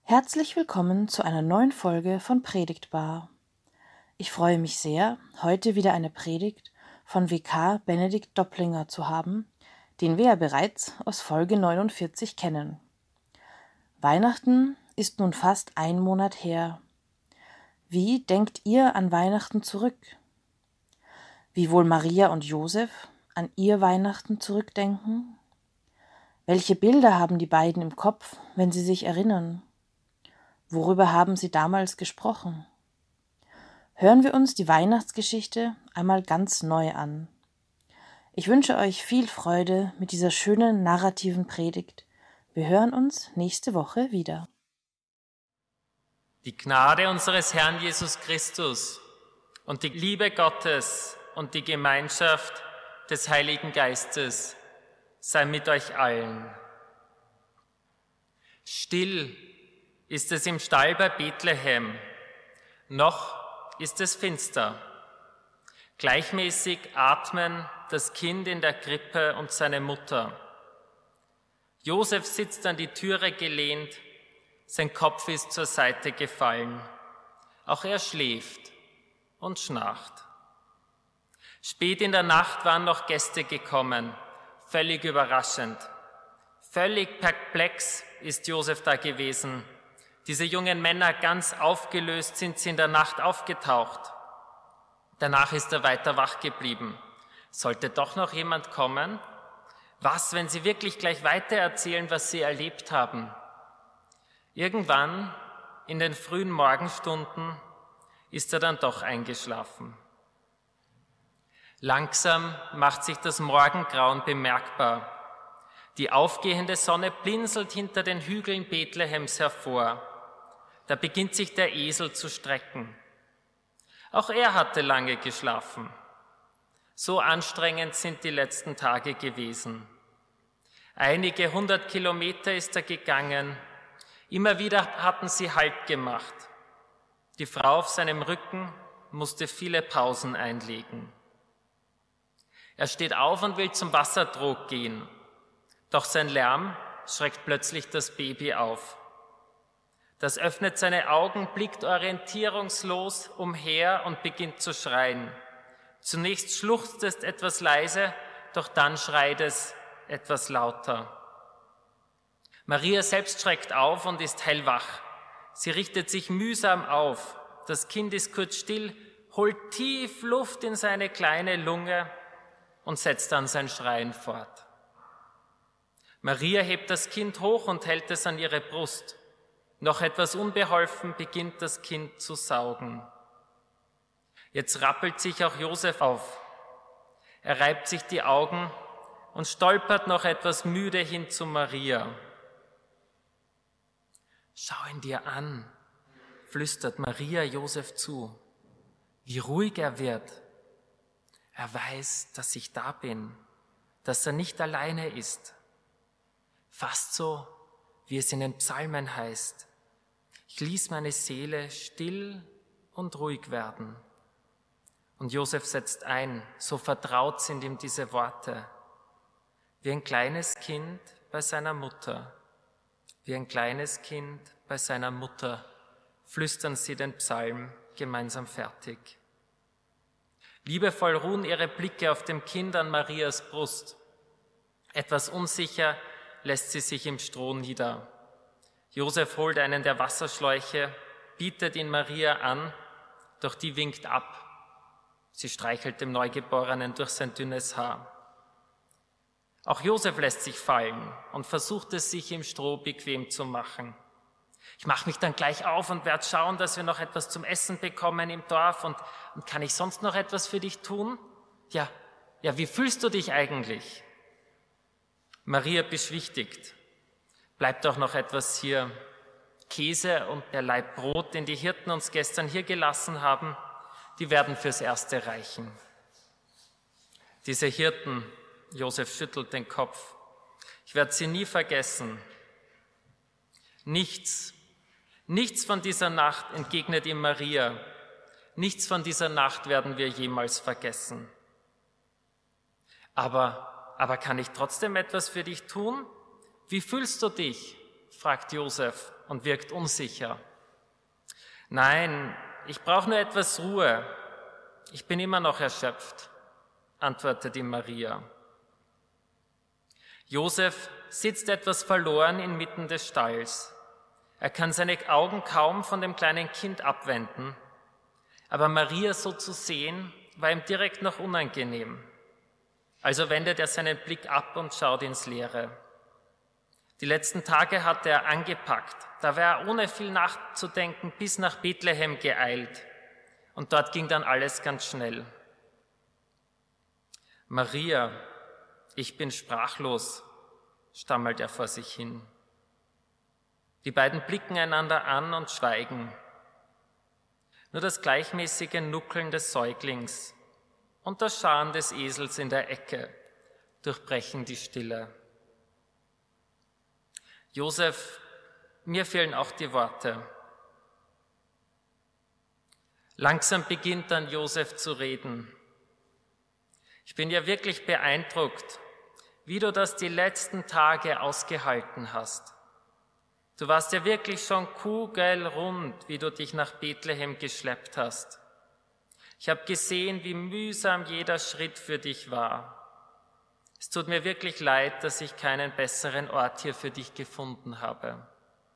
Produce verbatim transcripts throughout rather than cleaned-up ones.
Herzlich willkommen zu einer neuen Folge von Predigtbar. Ich freue mich sehr, heute wieder eine Predigt von Vikar Benedikt Dopplinger zu haben, den wir ja bereits aus Folge neunundvierzig kennen. Weihnachten ist nun fast ein Monat her. Wie denkt ihr an Weihnachten zurück? Wie wohl Maria und Josef an ihr Weihnachten zurückdenken? Welche Bilder haben die beiden im Kopf, wenn sie sich erinnern? Worüber haben sie damals gesprochen? Hören wir uns die Weihnachtsgeschichte einmal ganz neu an. Ich wünsche euch viel Freude mit dieser schönen narrativen Predigt. Wir hören uns nächste Woche wieder. Die Gnade unseres Herrn Jesus Christus und die Liebe Gottes und die Gemeinschaft des Heiligen Geistes sei mit euch allen. Still ist es im Stall bei Bethlehem, noch ist es finster. Gleichmäßig atmen das Kind in der Krippe und seine Mutter. Josef sitzt an die Türe gelehnt, sein Kopf ist zur Seite gefallen. Auch er schläft und schnarcht. Spät in der Nacht waren noch Gäste gekommen, völlig überraschend. Völlig perplex ist Josef da gewesen. Diese jungen Männer, ganz aufgelöst, sind sie in der Nacht aufgetaucht. Danach ist er weiter wach geblieben. Sollte doch noch jemand kommen? Was, wenn sie wirklich gleich weitererzählen, was sie erlebt haben? Irgendwann, in den frühen Morgenstunden, ist er dann doch eingeschlafen. Langsam macht sich das Morgengrauen bemerkbar. Die aufgehende Sonne blinzelt hinter den Hügeln Bethlehems hervor. Da beginnt sich der Esel zu strecken. Auch er hatte lange geschlafen. So anstrengend sind die letzten Tage gewesen. Einige hundert Kilometer ist er gegangen. Immer wieder hatten sie Halt gemacht. Die Frau auf seinem Rücken musste viele Pausen einlegen. Er steht auf und will zum Wassertrog gehen. Doch sein Lärm schreckt plötzlich das Baby auf. Das öffnet seine Augen, blickt orientierungslos umher und beginnt zu schreien. Zunächst schluchzt es etwas leise, doch dann schreit es etwas lauter. Maria selbst schreckt auf und ist hellwach. Sie richtet sich mühsam auf. Das Kind ist kurz still, holt tief Luft in seine kleine Lunge und setzt dann sein Schreien fort. Maria hebt das Kind hoch und hält es an ihre Brust. Noch etwas unbeholfen beginnt das Kind zu saugen. Jetzt rappelt sich auch Josef auf. Er reibt sich die Augen und stolpert noch etwas müde hin zu Maria. Schau ihn dir an, flüstert Maria Josef zu. Wie ruhig er wird. Er weiß, dass ich da bin, dass er nicht alleine ist. Fast so, wie es in den Psalmen heißt. Ich ließ meine Seele still und ruhig werden. Und Josef setzt ein, so vertraut sind ihm diese Worte. Wie ein kleines Kind bei seiner Mutter, wie ein kleines Kind bei seiner Mutter, flüstern sie den Psalm gemeinsam fertig. Liebevoll ruhen ihre Blicke auf dem Kind an Marias Brust. Etwas unsicher lässt sie sich im Stroh nieder. Josef holt einen der Wasserschläuche, bietet ihn Maria an, doch die winkt ab. Sie streichelt dem Neugeborenen durch sein dünnes Haar. Auch Josef lässt sich fallen und versucht es, sich im Stroh bequem zu machen. Ich mache mich dann gleich auf und werde schauen, dass wir noch etwas zum Essen bekommen im Dorf. Und, und kann ich sonst noch etwas für dich tun? Ja, ja, wie fühlst du dich eigentlich? Maria beschwichtigt. Bleibt doch noch etwas hier. Käse und der Laib Brot, den die Hirten uns gestern hier gelassen haben, die werden fürs Erste reichen. Diese Hirten, Josef schüttelt den Kopf, ich werde sie nie vergessen. Nichts, nichts von dieser Nacht, entgegnet ihm Maria, nichts von dieser Nacht werden wir jemals vergessen. Aber, aber kann ich trotzdem etwas für dich tun? Wie fühlst du dich? Fragt Josef. und wirkt unsicher. Nein, ich brauche nur etwas Ruhe. Ich bin immer noch erschöpft, antwortet ihm Maria. Josef sitzt etwas verloren inmitten des Stalls. Er kann seine Augen kaum von dem kleinen Kind abwenden, aber Maria so zu sehen, war ihm direkt noch unangenehm. Also wendet er seinen Blick ab und schaut ins Leere. Die letzten Tage hatte er angepackt, da war er ohne viel nachzudenken bis nach Bethlehem geeilt. Und dort ging dann alles ganz schnell. Maria, ich bin sprachlos, stammelt er vor sich hin. Die beiden blicken einander an und schweigen. Nur das gleichmäßige Nuckeln des Säuglings und das Scharren des Esels in der Ecke durchbrechen die Stille. Josef, mir fehlen auch die Worte. Langsam beginnt dann Josef zu reden. Ich bin ja wirklich beeindruckt, wie du das die letzten Tage ausgehalten hast. Du warst ja wirklich schon kugelrund, wie du dich nach Bethlehem geschleppt hast. Ich habe gesehen, wie mühsam jeder Schritt für dich war. Es tut mir wirklich leid, dass ich keinen besseren Ort hier für dich gefunden habe.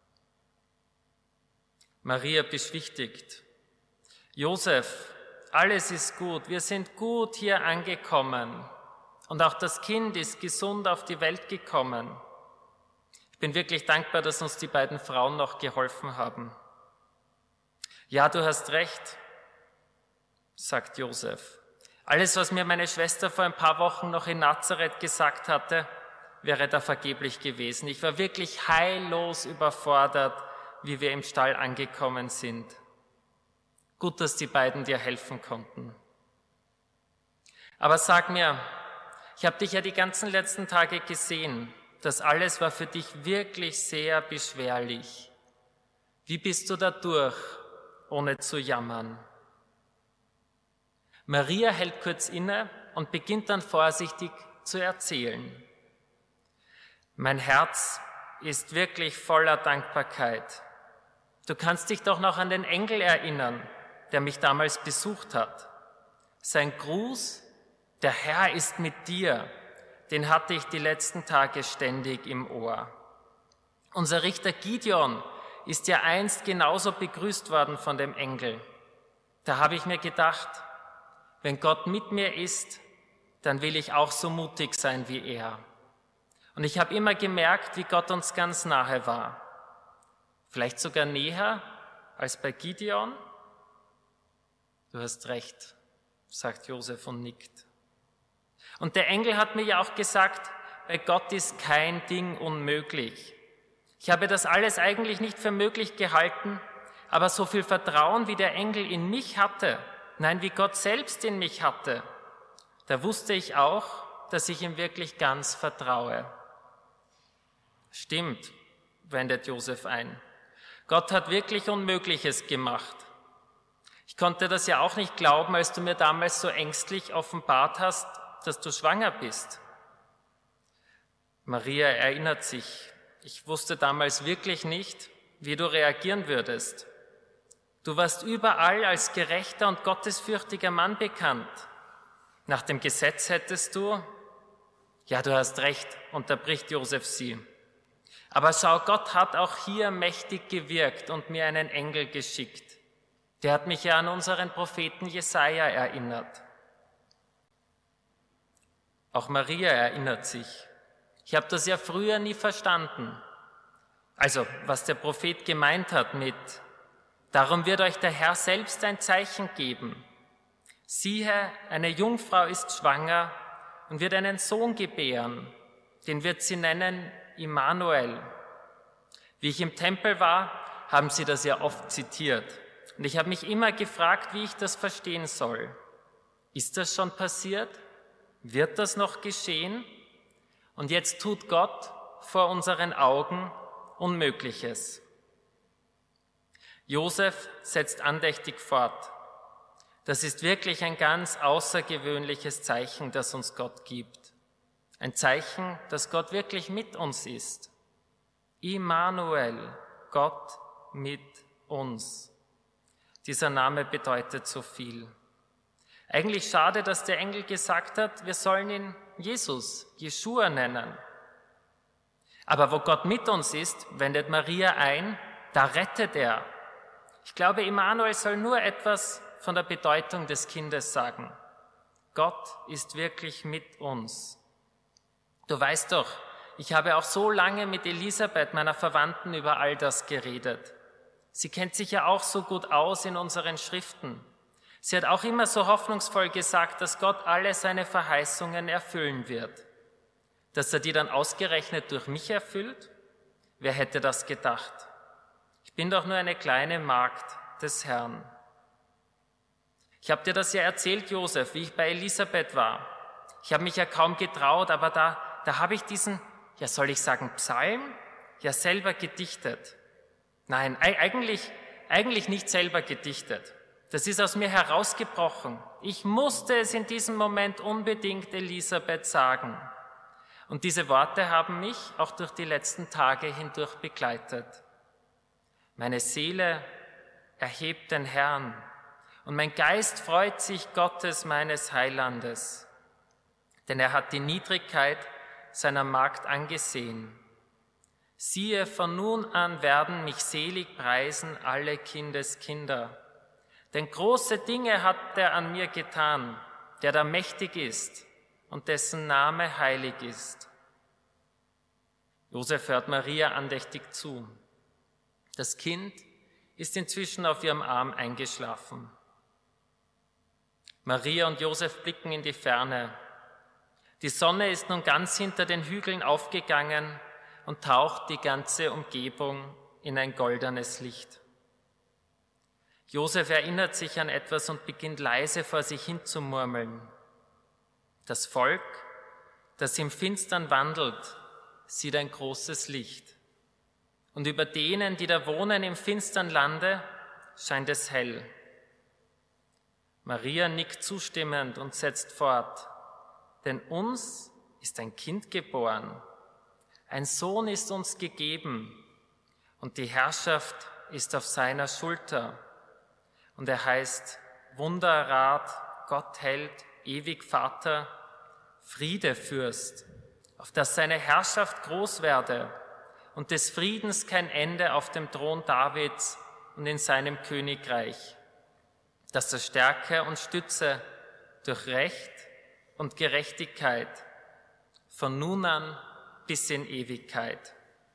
Maria beschwichtigt. Josef, alles ist gut, wir sind gut hier angekommen und auch das Kind ist gesund auf die Welt gekommen. Ich bin wirklich dankbar, dass uns die beiden Frauen noch geholfen haben. Ja, du hast recht, sagt Josef. Alles, was mir meine Schwester vor ein paar Wochen noch in Nazareth gesagt hatte, wäre da vergeblich gewesen. Ich war wirklich heillos überfordert, wie wir im Stall angekommen sind. Gut, dass die beiden dir helfen konnten. Aber sag mir, ich habe dich ja die ganzen letzten Tage gesehen. Das alles war für dich wirklich sehr beschwerlich. Wie bist du da durch, ohne zu jammern? Maria hält kurz inne und beginnt dann vorsichtig zu erzählen. Mein Herz ist wirklich voller Dankbarkeit. Du kannst dich doch noch an den Engel erinnern, der mich damals besucht hat. Sein Gruß, der Herr ist mit dir, den hatte ich die letzten Tage ständig im Ohr. Unser Richter Gideon ist ja einst genauso begrüßt worden von dem Engel. Da habe ich mir gedacht, wenn Gott mit mir ist, dann will ich auch so mutig sein wie er. Und ich habe immer gemerkt, wie Gott uns ganz nahe war. Vielleicht sogar näher als bei Gideon? Du hast recht, sagt Josef und nickt. Und der Engel hat mir ja auch gesagt, bei Gott ist kein Ding unmöglich. Ich habe das alles eigentlich nicht für möglich gehalten, aber so viel Vertrauen, wie der Engel in mich hatte, nein, wie Gott selbst in mich hatte, da wusste ich auch, dass ich ihm wirklich ganz vertraue. Stimmt, wendet Josef ein. Gott hat wirklich Unmögliches gemacht. Ich konnte das ja auch nicht glauben, als du mir damals so ängstlich offenbart hast, dass du schwanger bist. Maria erinnert sich, ich wusste damals wirklich nicht, wie du reagieren würdest. Du warst überall als gerechter und gottesfürchtiger Mann bekannt. Nach dem Gesetz hättest du, ja, du hast recht, unterbricht Josef sie. Aber schau, Gott hat auch hier mächtig gewirkt und mir einen Engel geschickt. Der hat mich ja an unseren Propheten Jesaja erinnert. Auch Maria erinnert sich. Ich habe das ja früher nie verstanden. Also, was der Prophet gemeint hat mit, darum wird euch der Herr selbst ein Zeichen geben. Siehe, eine Jungfrau ist schwanger und wird einen Sohn gebären. Den wird sie nennen Immanuel. Wie ich im Tempel war, haben sie das ja oft zitiert. Und ich habe mich immer gefragt, wie ich das verstehen soll. Ist das schon passiert? Wird das noch geschehen? Und jetzt tut Gott vor unseren Augen Unmögliches. Josef setzt andächtig fort. Das ist wirklich ein ganz außergewöhnliches Zeichen, das uns Gott gibt. Ein Zeichen, dass Gott wirklich mit uns ist. Immanuel, Gott mit uns. Dieser Name bedeutet so viel. Eigentlich schade, dass der Engel gesagt hat, wir sollen ihn Jesus, Jeschua nennen. Aber wo Gott mit uns ist, wendet Maria ein, da rettet er. Ich glaube, Immanuel soll nur etwas von der Bedeutung des Kindes sagen. Gott ist wirklich mit uns. Du weißt doch, ich habe auch so lange mit Elisabeth, meiner Verwandten, über all das geredet. Sie kennt sich ja auch so gut aus in unseren Schriften. Sie hat auch immer so hoffnungsvoll gesagt, dass Gott alle seine Verheißungen erfüllen wird. Dass er die dann ausgerechnet durch mich erfüllt? Wer hätte das gedacht? Ich bin doch nur eine kleine Magd des Herrn. Ich habe dir das ja erzählt, Josef, wie ich bei Elisabeth war. Ich habe mich ja kaum getraut, aber da, da habe ich diesen, ja soll ich sagen Psalm, ja selber gedichtet. Nein, eigentlich, eigentlich nicht selber gedichtet. Das ist aus mir herausgebrochen. Ich musste es in diesem Moment unbedingt Elisabeth sagen. Und diese Worte haben mich auch durch die letzten Tage hindurch begleitet. Meine Seele erhebt den Herrn und mein Geist freut sich Gottes, meines Heilandes. Denn er hat die Niedrigkeit seiner Magd angesehen. Siehe, von nun an werden mich selig preisen alle Kindeskinder. Denn große Dinge hat er an mir getan, der da mächtig ist und dessen Name heilig ist. Josef hört Maria andächtig zu. Das Kind ist inzwischen auf ihrem Arm eingeschlafen. Maria und Josef blicken in die Ferne. Die Sonne ist nun ganz hinter den Hügeln aufgegangen und taucht die ganze Umgebung in ein goldenes Licht. Josef erinnert sich an etwas und beginnt leise vor sich hin zu murmeln. Das Volk, das im Finstern wandelt, sieht ein großes Licht. Und über denen, die da wohnen im finstern Lande, scheint es hell. Maria nickt zustimmend und setzt fort, denn uns ist ein Kind geboren, ein Sohn ist uns gegeben und die Herrschaft ist auf seiner Schulter. Und er heißt Wunderrat, Gottheld, ewig Vater, Friedefürst, auf dass seine Herrschaft groß werde und des Friedens kein Ende auf dem Thron Davids und in seinem Königreich, dass er stärke und stütze durch Recht und Gerechtigkeit von nun an bis in Ewigkeit.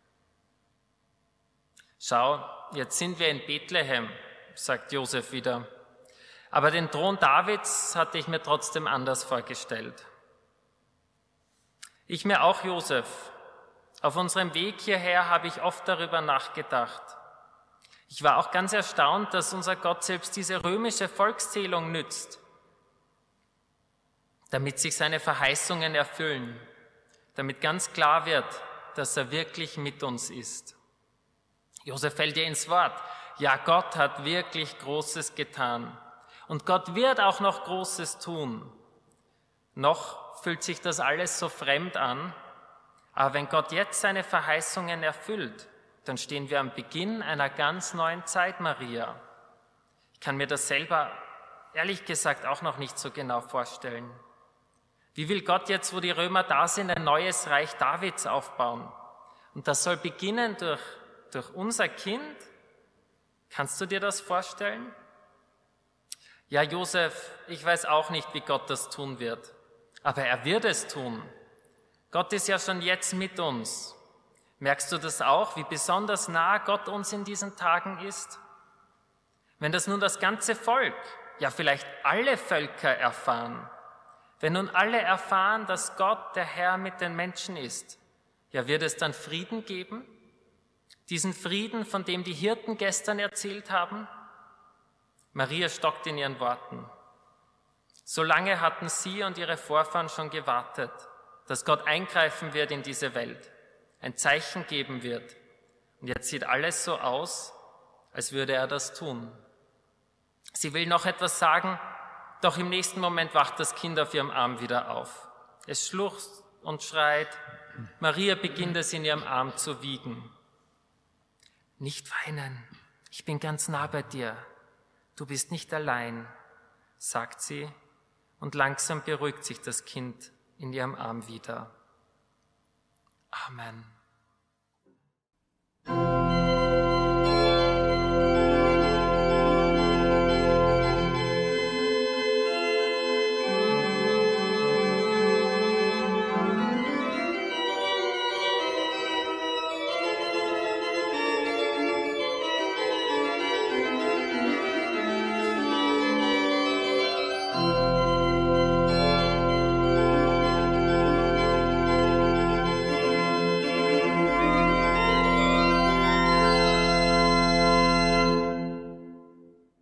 Schau, jetzt sind wir in Bethlehem, sagt Josef wieder. Aber den Thron Davids hatte ich mir trotzdem anders vorgestellt. Ich mir auch, Josef. Auf unserem Weg hierher habe ich oft darüber nachgedacht. Ich war auch ganz erstaunt, dass unser Gott selbst diese römische Volkszählung nützt, damit sich seine Verheißungen erfüllen, damit ganz klar wird, dass er wirklich mit uns ist. Josef fällt dir ins Wort. Ja, Gott hat wirklich Großes getan. Und Gott wird auch noch Großes tun. Noch fühlt sich das alles so fremd an. Aber wenn Gott jetzt seine Verheißungen erfüllt, dann stehen wir am Beginn einer ganz neuen Zeit, Maria. Ich kann mir das selber, ehrlich gesagt, auch noch nicht so genau vorstellen. Wie will Gott jetzt, wo die Römer da sind, ein neues Reich Davids aufbauen? Und das soll beginnen durch, durch unser Kind? Kannst du dir das vorstellen? Ja, Josef, ich weiß auch nicht, wie Gott das tun wird. Aber er wird es tun. Gott ist ja schon jetzt mit uns. Merkst du das auch, wie besonders nah Gott uns in diesen Tagen ist? Wenn das nun das ganze Volk, ja vielleicht alle Völker erfahren, wenn nun alle erfahren, dass Gott der Herr mit den Menschen ist, ja, wird es dann Frieden geben? Diesen Frieden, von dem die Hirten gestern erzählt haben? Maria stockt in ihren Worten. So lange hatten sie und ihre Vorfahren schon gewartet, dass Gott eingreifen wird in diese Welt, ein Zeichen geben wird. Und jetzt sieht alles so aus, als würde er das tun. Sie will noch etwas sagen, doch im nächsten Moment wacht das Kind auf ihrem Arm wieder auf. Es schluchzt und schreit. Maria beginnt es in ihrem Arm zu wiegen. Nicht weinen, ich bin ganz nah bei dir. Du bist nicht allein, sagt sie, und langsam beruhigt sich das Kind in ihrem Arm wieder. Amen.